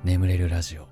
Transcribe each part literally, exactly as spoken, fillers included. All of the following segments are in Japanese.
眠れるラジオ。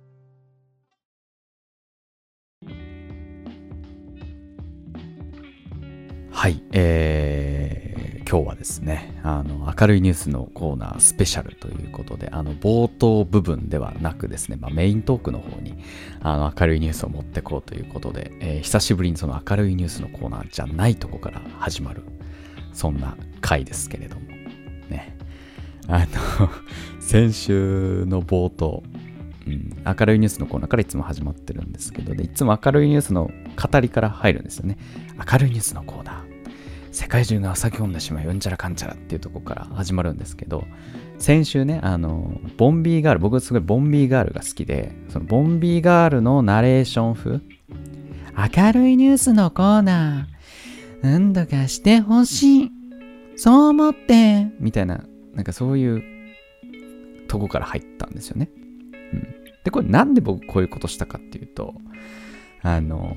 はい、えー、今日はですね、あの明るいニュースのコーナースペシャルということで、あの冒頭部分ではなくですね、まあ、メイントークの方にあの明るいニュースを持ってこうということで、えー、久しぶりにその明るいニュースのコーナーじゃないとこから始まる、そんな回ですけれどもね、あの先週の冒頭、うん、明るいニュースのコーナーからいつも始まってるんですけど、でいつも明るいニュースの語りから入るんですよね。明るいニュースのコーナー、世界中が塞ぎ込んでしまううんちゃらかんちゃらっていうところから始まるんですけど、先週ね、あのボンビーガール、僕すごいボンビーガールが好きで、そのボンビーガールのナレーション風、明るいニュースのコーナー何とかしてほしい、そう思ってみたいな、なんかそういうとこから入ったんですよね。うん、でこれなんで僕こういうことしたかっていうと、あの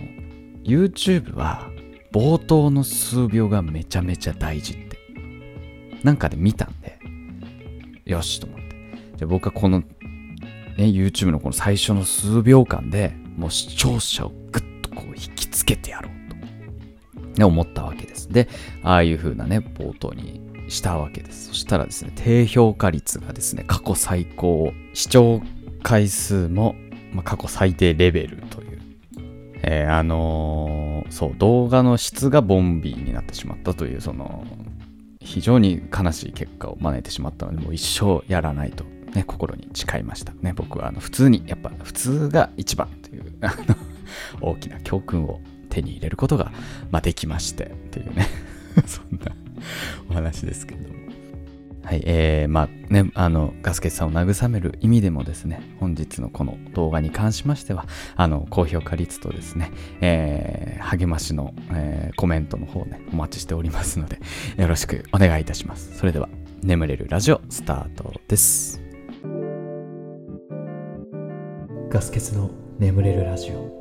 YouTube は冒頭の数秒がめちゃめちゃ大事ってなんかで見たんで、よしと思って、じゃあ僕はこの、ね、YouTube のこの最初の数秒間でもう視聴者をグッとこう引きつけてやろうと、ね、思ったわけです。でああいう風なね冒頭にしたわけです。そしたらですね、低評価率がですね過去最高、視聴回数も、まあ、過去最低レベルという、えー、あのー、そう動画の質がボンビーになってしまったという、その非常に悲しい結果を招いてしまったので、もう一生やらないとね心に誓いましたね。僕はあの普通にやっぱ普通が一番というあの大きな教訓を手に入れることが、まあ、できましてっていうねそんなお話ですけれども、はい、えー、まあね、あのガスケツさんを慰める意味でもですね、本日のこの動画に関しましては、あの高評価率とですね、えー、励ましの、えー、コメントの方ねお待ちしておりますので、よろしくお願いいたします。それでは眠れるラジオスタートです。ガスケツの眠れるラジオ。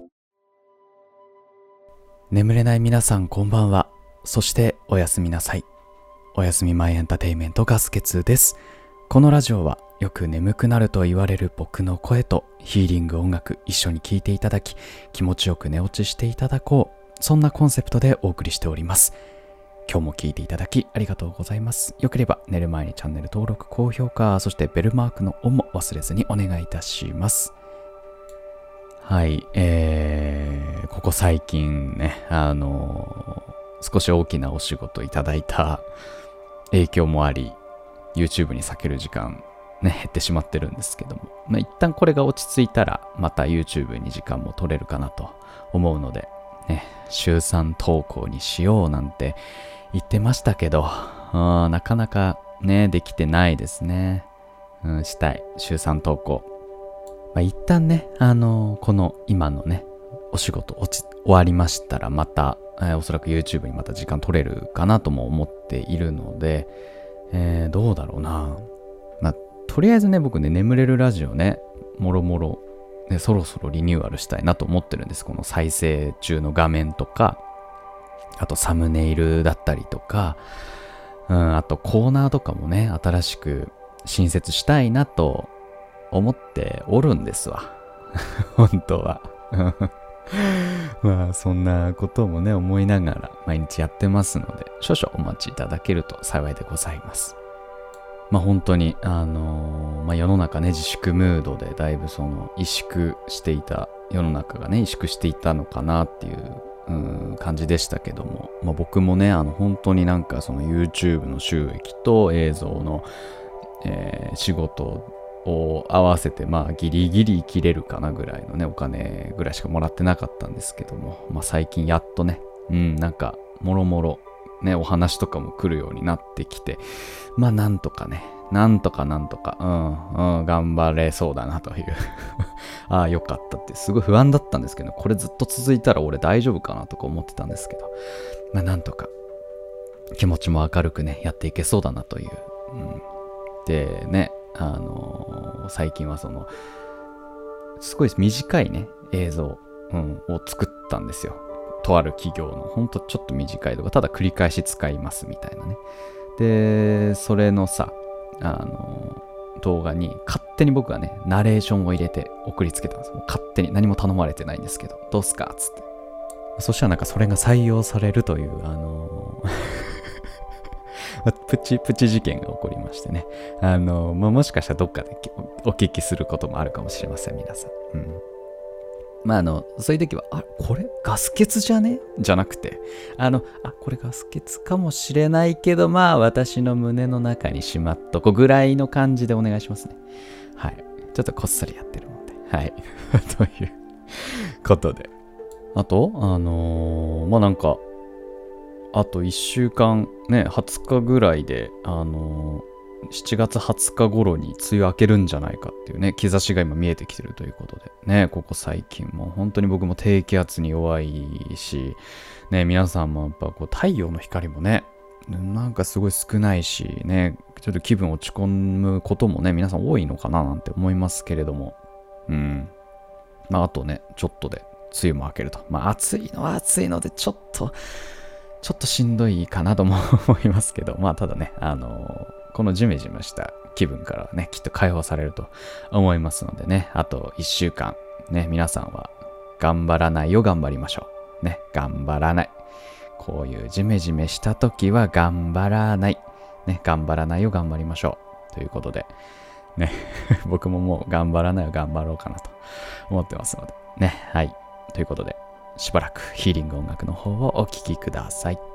眠れない皆さんこんばんは。そしておやすみなさい。おやすみマイエンターテインメントガスケツです。このラジオはよく眠くなると言われる僕の声とヒーリング音楽一緒に聴いていただき、気持ちよく寝落ちしていただこう、そんなコンセプトでお送りしております。今日も聴いていただきありがとうございます。よければ寝る前にチャンネル登録、高評価、そしてベルマークのオンも忘れずにお願いいたします。はい、えー、ここ最近ね、あのー少し大きなお仕事いただいた影響もあり、 YouTube に避ける時間ね減ってしまってるんですけども、まあ、一旦これが落ち着いたらまた YouTube に時間も取れるかなと思うので、ね、週さん投稿にしようなんて言ってましたけど、あなかなかねできてないですね。うん、したい週さん投稿、まあ、一旦ね、あのー、この今のねお仕事落ち終わりましたらまた、えー、おそらく YouTube にまた時間取れるかなとも思っているので、えー、どうだろうな。まあとりあえずね、僕ね眠れるラジオねもろもろねそろそろリニューアルしたいなと思ってるんです。この再生中の画面とか、あとサムネイルだったりとか、うん、あとコーナーとかもね新しく新設したいなと思っておるんですわ本当はまあそんなこともね思いながら毎日やってますので、少々お待ちいただけると幸いでございます。まあ本当にあのー、まあ世の中ね自粛ムードでだいぶその萎縮していた世の中がね萎縮していたのかなっていう、うん、感じでしたけども、まあ僕もねあの本当になんかその YouTube の収益と映像の、えー、仕事を合わせてまあギリギリ生きれるかなぐらいのねお金ぐらいしかもらってなかったんですけども、まあ最近やっとね、うんなんかもろもろねお話とかも来るようになってきて、まあなんとかねなんとかなんとかうんうん頑張れそうだなというああよかったってすごい不安だったんですけど、これずっと続いたら俺大丈夫かなとか思ってたんですけど、まあなんとか気持ちも明るくねやっていけそうだなという、うん、でねあのー、最近はそのすごい短いね映像、うん、を作ったんですよ。とある企業のほんとちょっと短い動画、ただ繰り返し使いますみたいなね。でそれのさあのー、動画にカッ手に僕がね、ナレーションを入れて送りつけたんです。もう勝手に何も頼まれてないんですけど、どうすかっつって。そしたらなんかそれが採用されるという、あのープチプチ事件が起こりましてね。あのーまあ、もしかしたらどっかでお聞きすることもあるかもしれません、皆さん。うん。まあ、あの、そういう時は、あ、これガス欠じゃねじゃなくて、あの、あ、これガス欠かもしれないけど、まあ、私の胸の中にしまっとこぐらいの感じでお願いしますね。はい。ちょっとこっそりやってるので。はい。ということで。あと、あのーまあ、なんか、あといっしゅうかん、ね、はつかぐらいで、あのーしちがつはつか頃に梅雨明けるんじゃないかっていうね、兆しが今見えてきてるということで、ね、ここ最近も本当に僕も低気圧に弱いし、ね、皆さんもやっぱこう太陽の光もね、なんかすごい少ないし、ね、ちょっと気分落ち込むこともね、皆さん多いのかななんて思いますけれども、うん。まあ、あとね、ちょっとで梅雨も明けると。まあ、暑いのは暑いので、ちょっと、ちょっとしんどいかなとも思いますけど、まあ、ただね、あのーこのジメジメした気分からはね、きっと解放されると思いますのでね、あといっしゅうかん、ね、皆さんは頑張らないよ、頑張りましょう。ね、頑張らない。こういうジメジメした時は頑張らない。ね、頑張らないよ、頑張りましょう。ということで、ね、僕ももう頑張らないよ、頑張ろうかなと思ってますので、ね、はい。ということで、しばらくヒーリング音楽の方をお聴きください。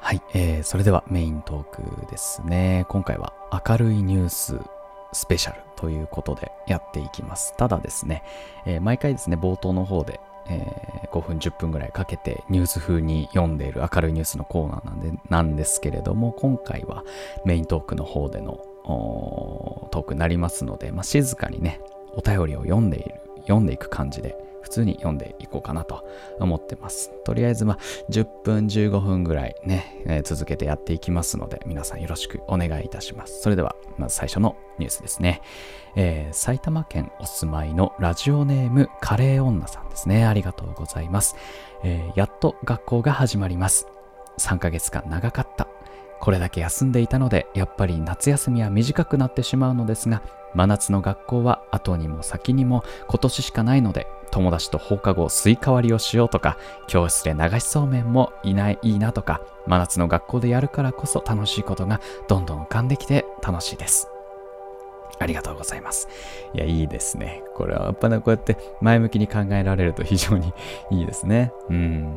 はい、えー、それではメイントークですね。今回は明るいニューススペシャルということでやっていきます。ただですね、えー、毎回ですね、冒頭の方で、えー、ごふんじゅっぷんぐらいかけてニュース風に読んでいる明るいニュースのコーナーなんで、なんですけれども、今回はメイントークの方でのトークになりますので、まあ、静かにね、お便りを読んでいる、読んでいく感じで、普通に読んでいこうかなと思ってます。とりあえずまあじゅっぷんじゅうごふんぐらいね、えー、続けてやっていきますので、皆さんよろしくお願いいたします。それではまず最初のニュースですね、えー、埼玉県お住まいのラジオネームカレー女さんですね。ありがとうございます。えー、やっと学校が始まります。さんかげつかん長かった。これだけ休んでいたので、やっぱり夏休みは短くなってしまうのですが、真夏の学校は後にも先にも今年しかないので、友達と放課後スイカ割りをしようとか、教室で流しそうめんもいないいいなとか、真夏の学校でやるからこそ楽しいことがどんどん浮かんできて楽しいです。ありがとうございます。いや、いいですね。これはやっぱね、こうやって前向きに考えられると非常にいいですね。うん。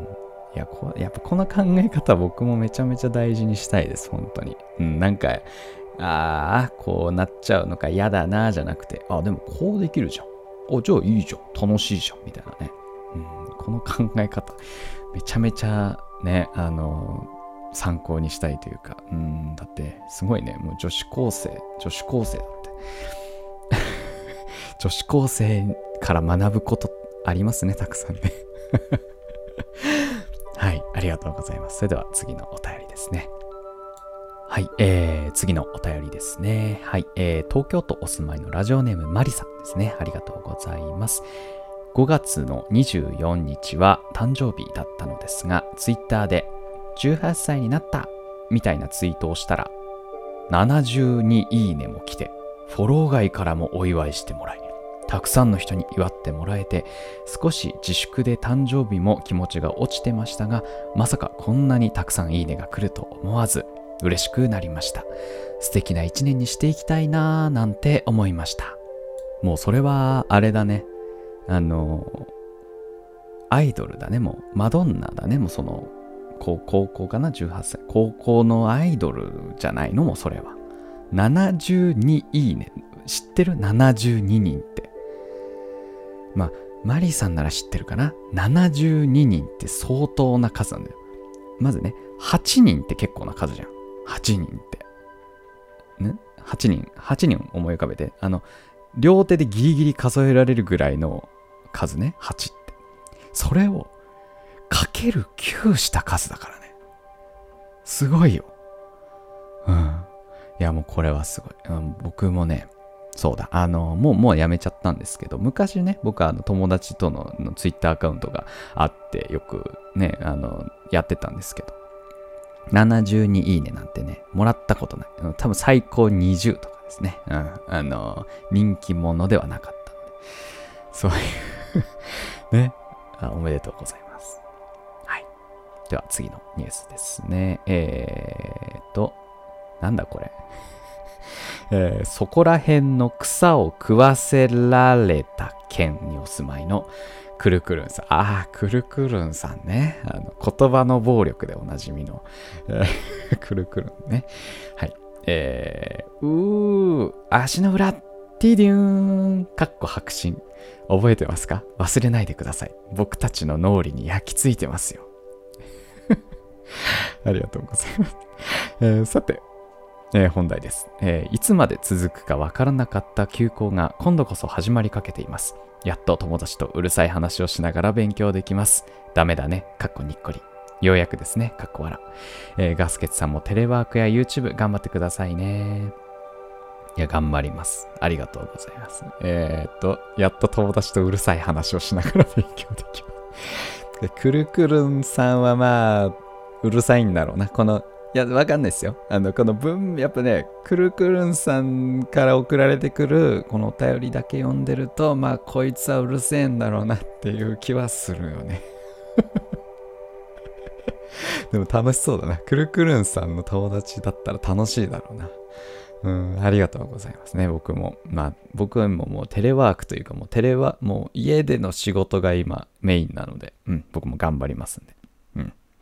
いや、こやっぱこの考え方僕もめちゃめちゃ大事にしたいです、本当に。うん、なんか、ああ、こうなっちゃうのか嫌だなじゃなくて、あ、でもこうできるじゃん。お、じゃあいいじゃん。楽しいじゃん。みたいなね。うん、この考え方、めちゃめちゃね、あの、参考にしたいというか、うん、だって、すごいね、もう女子高生、女子高生だって。女子高生から学ぶことありますね、たくさんね。はい、ありがとうございます。それでは次のお便りですね。はい、えー、次のお便りですね。はい、えー、東京都お住まいのラジオネームマリさんですね。ありがとうございます。ごがつのにじゅうよっかは誕生日だったのですが、ツイッターでじゅうはっさいになったみたいなツイートをしたら、ななじゅうにいいねも来て、フォロー外からもお祝いしてもらい、たくさんの人に祝ってもらえて、少し自粛で誕生日も気持ちが落ちてましたが、まさかこんなにたくさんいいねが来ると思わず、嬉しくなりました。素敵な一年にしていきたいなぁなんて思いました。もうそれはあれだね。あの、アイドルだね。もうマドンナだね。もうその、高校かな ?じゅうはっさい。高校のアイドルじゃないのもそれは。ななじゅうにいいね。知ってる ?ななじゅうに 人って。まあ、マリさんなら知ってるかな ?ななじゅうに 人って相当な数なんだよ。まずね、はちにんって結構な数じゃん。はちにんって。ね ?はち 人、はちにん思い浮かべて、あの、両手でギリギリ数えられるぐらいの数ね、はちって。それを、かけるきゅうした数だからね。すごいよ。うん。いや、もうこれはすごい。うん、僕もね、そうだ、あの、もう、もうやめちゃったんですけど、昔ね、僕はあの友達とののツイッターアカウントがあって、よくね、あの、やってたんですけど、ななじゅうにいいねなんてね、もらったことない。多分最高にじゅうとかですね。うん。あの、人気者ではなかったので。そういうねあ。おめでとうございます。はい。では次のニュースですね。えーっと、なんだこれ。えー、そこら辺の草を食わせられた県にお住まいのくるくるんさん。ああ、くるくるんさんね。あの言葉の暴力でおなじみの、えー、くるくるんね。はい。えー、うー、足の裏、ティデューン、かっこ白真。覚えてますか？忘れないでください。僕たちの脳裏に焼き付いてますよ。ありがとうございます。えー、さて、えー、本題です、えー。いつまで続くかわからなかった休校が今度こそ始まりかけています。やっと友達とうるさい話をしながら勉強できます。ダメだね。かっこにっこり。ようやくですね。かっこ笑。えー、ガスケツさんもテレワークや YouTube 頑張ってくださいね。いや、頑張ります。ありがとうございます。えー、っと、やっと友達とうるさい話をしながら勉強できます。くるくるんさんはまあ、うるさいんだろうな。この、いや、わかんないですよ。あの、この文、やっぱね、くるくるんさんから送られてくる、このお便りだけ読んでると、まあ、こいつはうるせえんだろうなっていう気はするよね。でも楽しそうだな。くるくるんさんの友達だったら楽しいだろうな。うん、ありがとうございますね。僕も。まあ、僕はもう、もうテレワークというか、もうテレワ、もう家での仕事が今メインなので、うん、僕も頑張りますんで。うん。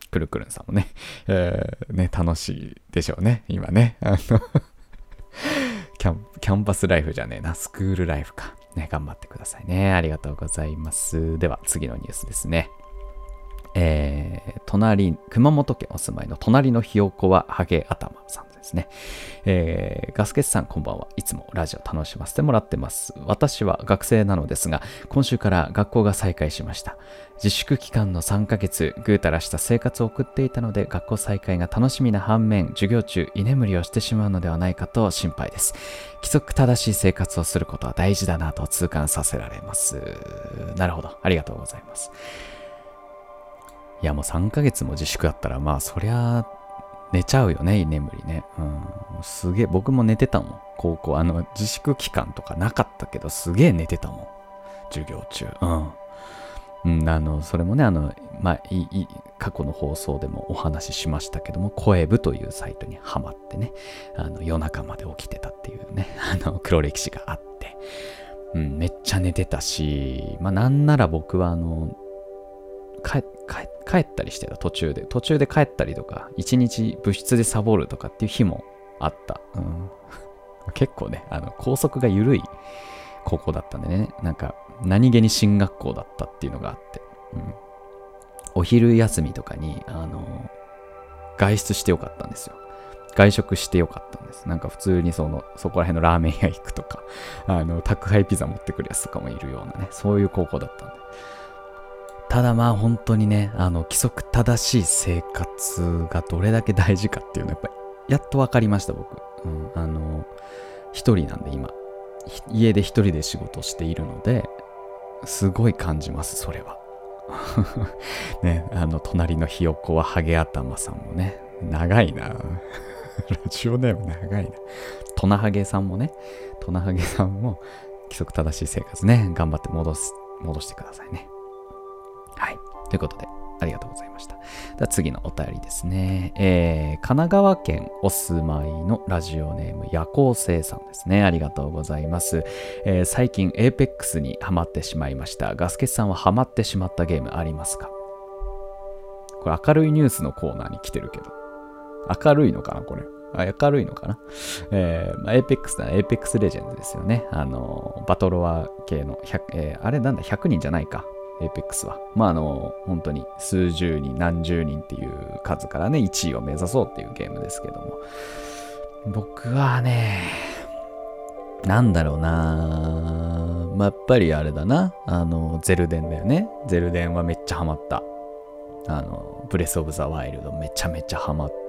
くるくるんさんもね、えー、ね、楽しいでしょうね、今ね。あのキャン、キャンパスライフじゃねえな、スクールライフか。ね、頑張ってくださいね。ありがとうございます。では、次のニュースですね。えー、隣、熊本県お住まいの隣のひよこはハゲ頭さんですね。えー、ガスケツさんこんばんは。いつもラジオ楽しませてもらってます。私は学生なのですが、今週から学校が再開しました。自粛期間のさんかげつ、ぐうたらした生活を送っていたので、学校再開が楽しみな反面、授業中居眠りをしてしまうのではないかと心配です。規則正しい生活をすることは大事だなと痛感させられます。なるほど。ありがとうございます。いやもうさんかげつも自粛だったら、まあそりゃ寝ちゃうよね、居眠りね。うん、すげえ、僕も寝てたもん。高校、あの自粛期間とかなかったけど、すげえ寝てたもん。授業中。うん。うん、あの、それもね、あの、まあ、いい、過去の放送でもお話ししましたけども、声部というサイトにハマってね、あの夜中まで起きてたっていうね、あの黒歴史があって、うん、めっちゃ寝てたし、まあなんなら僕はあの、帰帰帰ったりしてた途中で途中で帰ったりとか一日部室でサボるとかっていう日もあった、うん、結構ねあの校則が緩い高校だったんでね、なんか何気に進学校だったっていうのがあって、うん、お昼休みとかにあの外出してよかったんですよ。外食してよかったんです。なんか普通にそのそこら辺のラーメン屋行くとか、あの宅配ピザ持ってくるやつとかもいるようなね、そういう高校だったんで。ただまあ本当にね、あの規則正しい生活がどれだけ大事かっていうのはやっぱりやっと分かりました僕、うん、あの一人なんで今家で一人で仕事しているのですごい感じますそれはね、あの隣のひよこはハゲ頭さんもね、長いなラジオネーム長いな、トナハゲさんもね、トナハゲさんも規則正しい生活ね、頑張って戻す戻してくださいね。はい。ということで、ありがとうございました。では次のお便りですね。えー、神奈川県お住まいのラジオネーム、夜行性さんですね。ありがとうございます。えー、最近 エーペックス にハマってしまいました。ガスケツさんはハマってしまったゲームありますか？これ明るいニュースのコーナーに来てるけど。明るいのかなこれ。あ、明るいのかな、えーまあ、エーペックス だ、エーペックス レジェンドですよね。あの、バトロワ系のひゃく、えー、あれなんだ、ひゃくにんじゃないか。エーペックス は。まああの、本当に数十人、何十人っていう数からね、いちいを目指そうっていうゲームですけども。僕はね、なんだろうな、まあ、やっぱりあれだな、あの、ゼルデンだよね。ゼルデンはめっちゃハマった。あの、ブレスオブザワイルドめちゃめちゃハマった。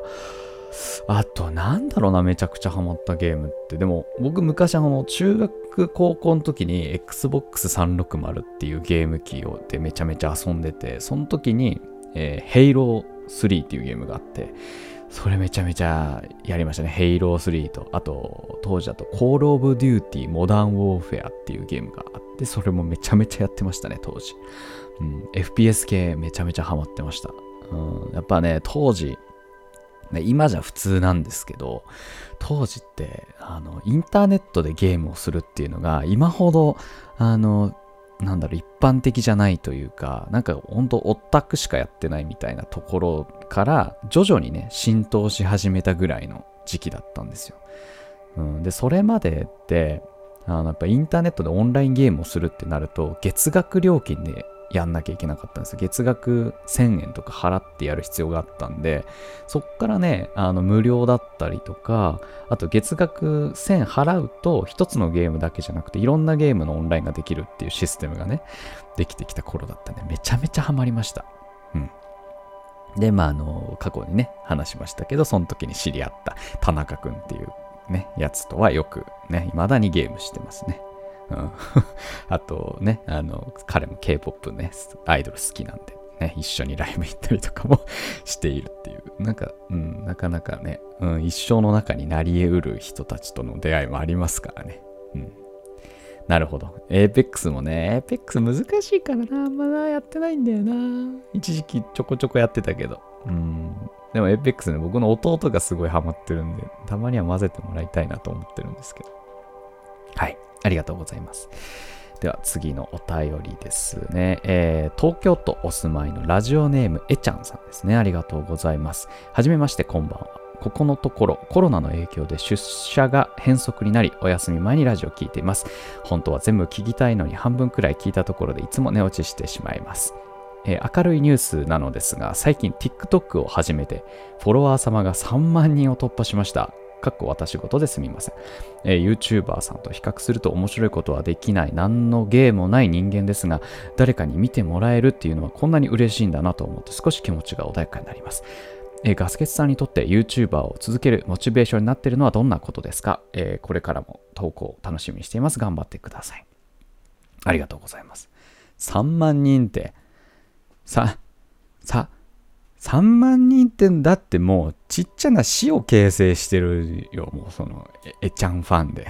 あと、なんだろうな、めちゃくちゃハマったゲームって。でも、僕昔あの、中学、高校の時に エックスボックスさんびゃくろくじゅうっていうゲーム機をでめちゃめちゃ遊んでて、その時に、えー、ヘイロースリーっていうゲームがあって、それめちゃめちゃやりましたね。ヘイロースリーと、あと、当時だと、コールオブデューティーモダンウォーフェアっていうゲームがあって、それもめちゃめちゃやってましたね、当時。うん、エフピーエス 系めちゃめちゃハマってました。うん、やっぱね、当時、今じゃ普通なんですけど、当時ってあのインターネットでゲームをするっていうのが今ほどあのなんだろう一般的じゃないというか、なんか本当オタクしかやってないみたいなところから徐々にね浸透し始めたぐらいの時期だったんですよ。うん、でそれまでってあのやっぱインターネットでオンラインゲームをするってなると月額料金でやんなきゃいけなかったんですよ。月額せんえんとか払ってやる必要があったんで、そっからね、あの無料だったりとか、あと月額せん払うと一つのゲームだけじゃなくていろんなゲームのオンラインができるっていうシステムがね、できてきた頃だったんで、めちゃめちゃハマりました。うん。で、まあ、あの、過去にね、話しましたけど、その時に知り合った田中くんっていうね、やつとはよくね、未だにゲームしてますね。うん、あとね、あの、彼も K-ポップ ね、アイドル好きなんで、ね、一緒にライブ行ったりとかもしているっていう、なんか、うん、なかなかね、うん、一生の中になり得る人たちとの出会いもありますからね。うん。なるほど。エーペックス もね、エーペックス 難しいからな、まだやってないんだよな。一時期ちょこちょこやってたけど。うん。でも エーペックス ね、僕の弟がすごいハマってるんで、たまには混ぜてもらいたいなと思ってるんですけど。はい。ありがとうございます。 では次のお便りですね、えー、東京都お住まいのラジオネームえちゃんさんですね。ありがとうございます。はじめまして、こんばんは。ここのところコロナの影響で出社が変則になり、お休み前にラジオを聞いています。本当は全部聞きたいのに半分くらい聞いたところでいつも寝落ちしてしまいます。えー、明るいニュースなのですが、最近 TikTok を始めてフォロワー様がさんまんにんを突破しました。かっこ私事ですみません、えー、YouTuber さんと比較すると面白いことはできない、何の芸もない人間ですが、誰かに見てもらえるっていうのはこんなに嬉しいんだなと思って少し気持ちが穏やかになります。えー、ガスケツさんにとって YouTuber を続けるモチベーションになっているのはどんなことですか？えー、これからも投稿を楽しみにしています。頑張ってください。ありがとうございます。さんまんにんってさ、さ、さんまんにんってだってもうちっちゃな市を形成してるよ。もうそのえ、えちゃんファンで。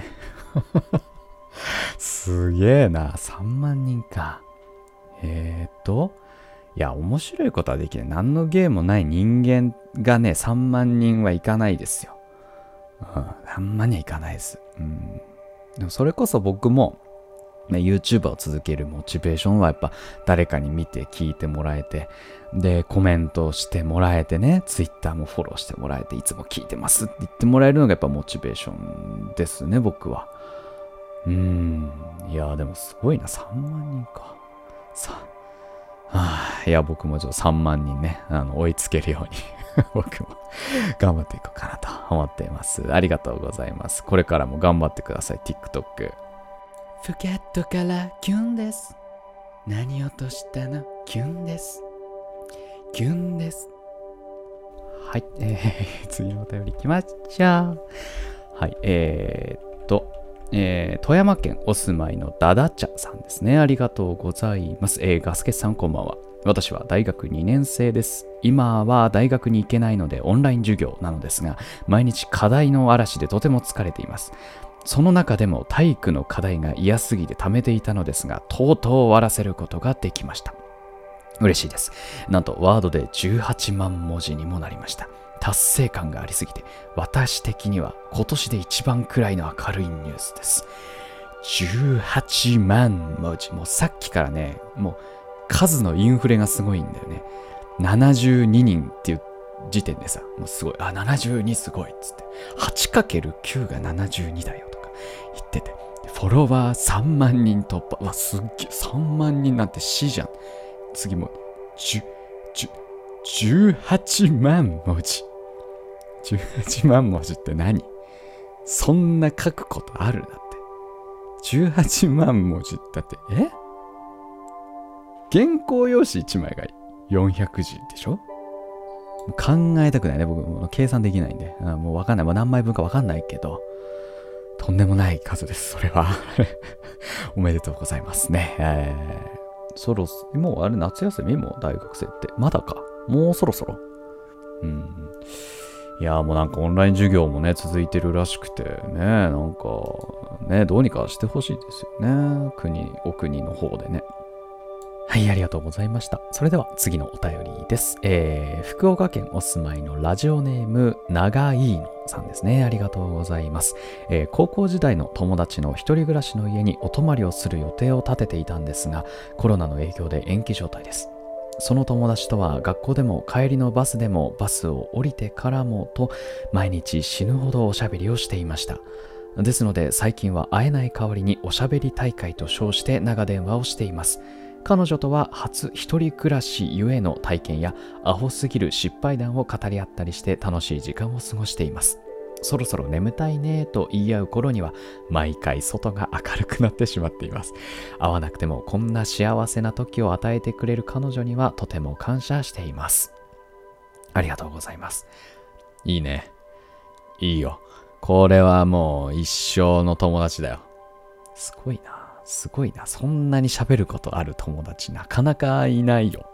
すげえな。さんまんにんか。えーっと、いや、面白いことはできない。何の芸もない人間がね、さんまんにんはいかないですよ。うん、さんまんにんはいかないです。うん。でもそれこそ僕も、ね、YouTuber を続けるモチベーションはやっぱ誰かに見て聞いてもらえて、で、コメントしてもらえてね、Twitter もフォローしてもらえて、いつも聞いてますって言ってもらえるのがやっぱモチベーションですね、僕は。うーん。いや、でもすごいな、さんまんにんか。さあ、いや、僕もちょっとさんまんにんね、あの追いつけるように僕も頑張っていこうかなと思っています。ありがとうございます。これからも頑張ってください、TikTok。 フケットからキュンです。何をとしたの？キュンです。キュンです。 はい、えー、次のお便り行きましょう。はい、えー、っと、えー、富山県お住まいのダダチャさんですね。ありがとうございます。えー、ガスケさんこんばんは。私は大学にねん生です。今は大学に行けないのでオンライン授業なのですが、毎日課題の嵐でとても疲れています。その中でも体育の課題が嫌すぎて溜めていたのですが、とうとう終わらせることができました。嬉しいです。なんとワードでじゅうはちまんもじにもなりました。達成感がありすぎて、私的には今年で一番くらいの明るいニュースです。じゅうはちまんもじ。もうさっきからね、もう数のインフレがすごいんだよね。ななじゅうににんっていう時点でさ、もうすごい、あ、ななじゅうにすごいっつって、はちかけるきゅう がななじゅうにだよとか言ってて、フォロワーさんまんにん突破。うわ、すっげえ、さんまんにんなんて死じゃん。次も、じゅ、じゅ、じゅうはちまんもじ。じゅうはちまんもじって何？そんな書くことあるだって。じゅうはちまんもじだって、え？原稿用紙いちまいがよんひゃくじでしょ？考えたくないね。僕も計算できないんで。もうわかんない。もう何枚分かわかんないけど、とんでもない数です。それは。おめでとうございますね。えー、そろそろ、もうあれ夏休みも大学生って。まだか。もうそろそろ。うん。いやーもうなんかオンライン授業もね、続いてるらしくてね、なんかね、どうにかしてほしいですよね。国、お国の方でね。はい、ありがとうございました。それでは次のお便りです。えー、福岡県お住まいのラジオネーム、長いのさんですね。ありがとうございます。えー、高校時代の友達の一人暮らしの家にお泊まりをする予定を立てていたんですが、コロナの影響で延期状態です。その友達とは学校でも帰りのバスでもバスを降りてからもと毎日死ぬほどおしゃべりをしていました。ですので最近は会えない代わりにおしゃべり大会と称して長電話をしています。彼女とは初一人暮らしゆえの体験やアホすぎる失敗談を語り合ったりして楽しい時間を過ごしています。そろそろ眠たいねと言い合う頃には毎回外が明るくなってしまっています。会わなくてもこんな幸せな時を与えてくれる彼女にはとても感謝しています。ありがとうございます。いいね。いいよ。これはもう一生の友達だよ。すごいな。すごいな。そんなに喋ることある友達なかなかいないよ。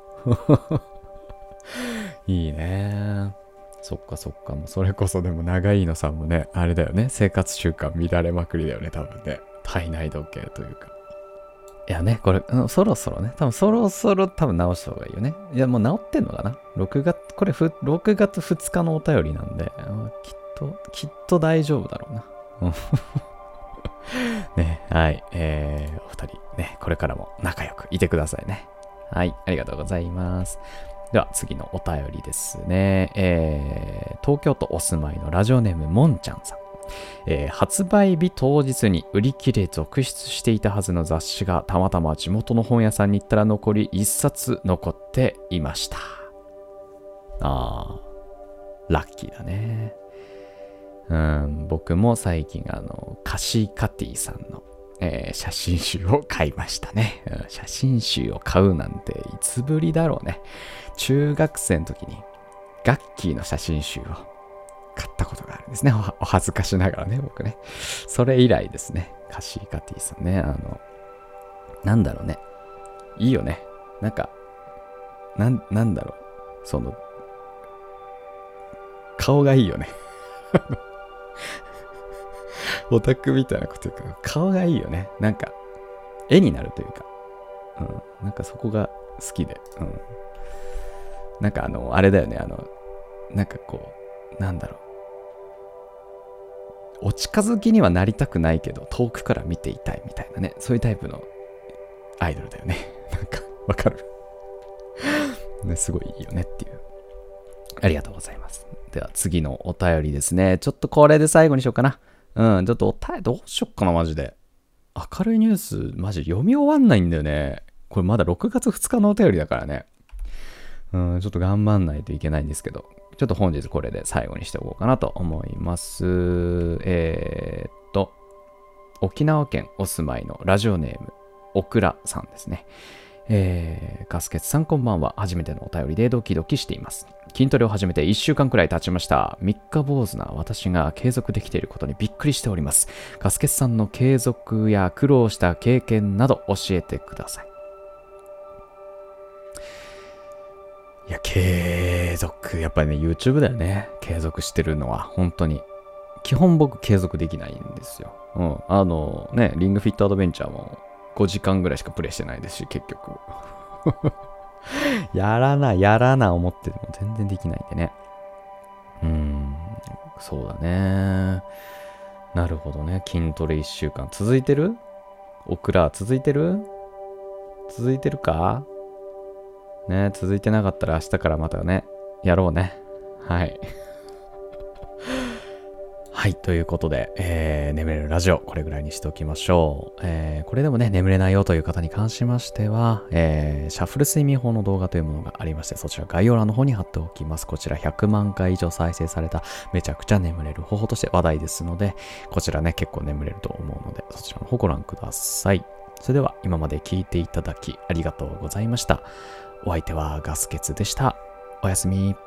いいね。そっかそっか。もうそれこそでも長いのさんもね、あれだよね。生活習慣乱れまくりだよね。多分ね。体内時計というか。いやね、これ、そろそろね。多分そろそろ多分直した方がいいよね。いや、もう直ってんのかな ?ろく 月、これふろくがつふつかのお便りなんで、きっと、きっと大丈夫だろうな。ね、はい、えー、お二人ね、 これからも仲良くいてくださいね。はい、ありがとうございます。では次のお便りですね。えー、東京都お住まいのラジオネームもんちゃんさん。えー、発売日当日に売り切れ続出していたはずの雑誌がたまたま地元の本屋さんに行ったら残りいっさつ残っていました。あー、ラッキーだね。うん、僕も最近あのカシーカティさんの、えー、写真集を買いましたね、うん。写真集を買うなんていつぶりだろうね。中学生の時にガッキーの写真集を買ったことがあるんですね。 お, お恥ずかしながらね、僕ね。それ以来ですね。カシーカティさんね。あのなんだろうね、いいよね。なんかなん、なんだろう、その顔がいいよね。オタクみたいなこと言うけど、顔がいいよね。なんか絵になるというか、うん、なんかそこが好きで、うん、なんかあのあれだよね、あのなんかこう、なんだろう、お近づきにはなりたくないけど遠くから見ていたいみたいなね、そういうタイプのアイドルだよね。なんかわかるね、すごいいいよねっていう。ありがとうございます。では次のお便りですね。ちょっとこれで最後にしようかな。うん、ちょっとお便りどうしよっかな、マジで。明るいニュース、マジ読み終わんないんだよね。これまだろくがつふつかのお便りだからね。うん、ちょっと頑張んないといけないんですけど、ちょっと本日これで最後にしておこうかなと思います。えー、っと、沖縄県お住まいのラジオネーム、オクラさんですね。えー、ガスケツさんこんばんは。初めてのお便りでドキドキしています。筋トレを始めていっしゅうかんくらい経ちました。三日坊主な私が継続できていることにびっくりしております。ガスケツさんの継続や苦労した経験など教えてください。いや、継続、やっぱりね、YouTube だよね。継続してるのは、本当に。基本僕継続できないんですよ。うん。あのね、リングフィットアドベンチャーもごじかんぐらいしかプレイしてないですし、結局。やらな、やらな思ってても全然できないんでね。うーん、そうだね。なるほどね。筋トレいっしゅうかん。続いてる？オクラ、続いてる？続いてるか？ね、続いてなかったら明日からまたね、やろうね。はい。はい、ということで、えー、眠れるラジオ、これぐらいにしておきましょう。えー、これでもね、眠れないよという方に関しましては、えー、シャッフル睡眠法の動画というものがありまして、そちら概要欄の方に貼っておきます。こちらひゃくまんかい以上再生された、めちゃくちゃ眠れる方法として話題ですので、こちらね、結構眠れると思うので、そちらの方ご覧ください。それでは、今まで聞いていただき、ありがとうございました。お相手はガスケツでした。おやすみ。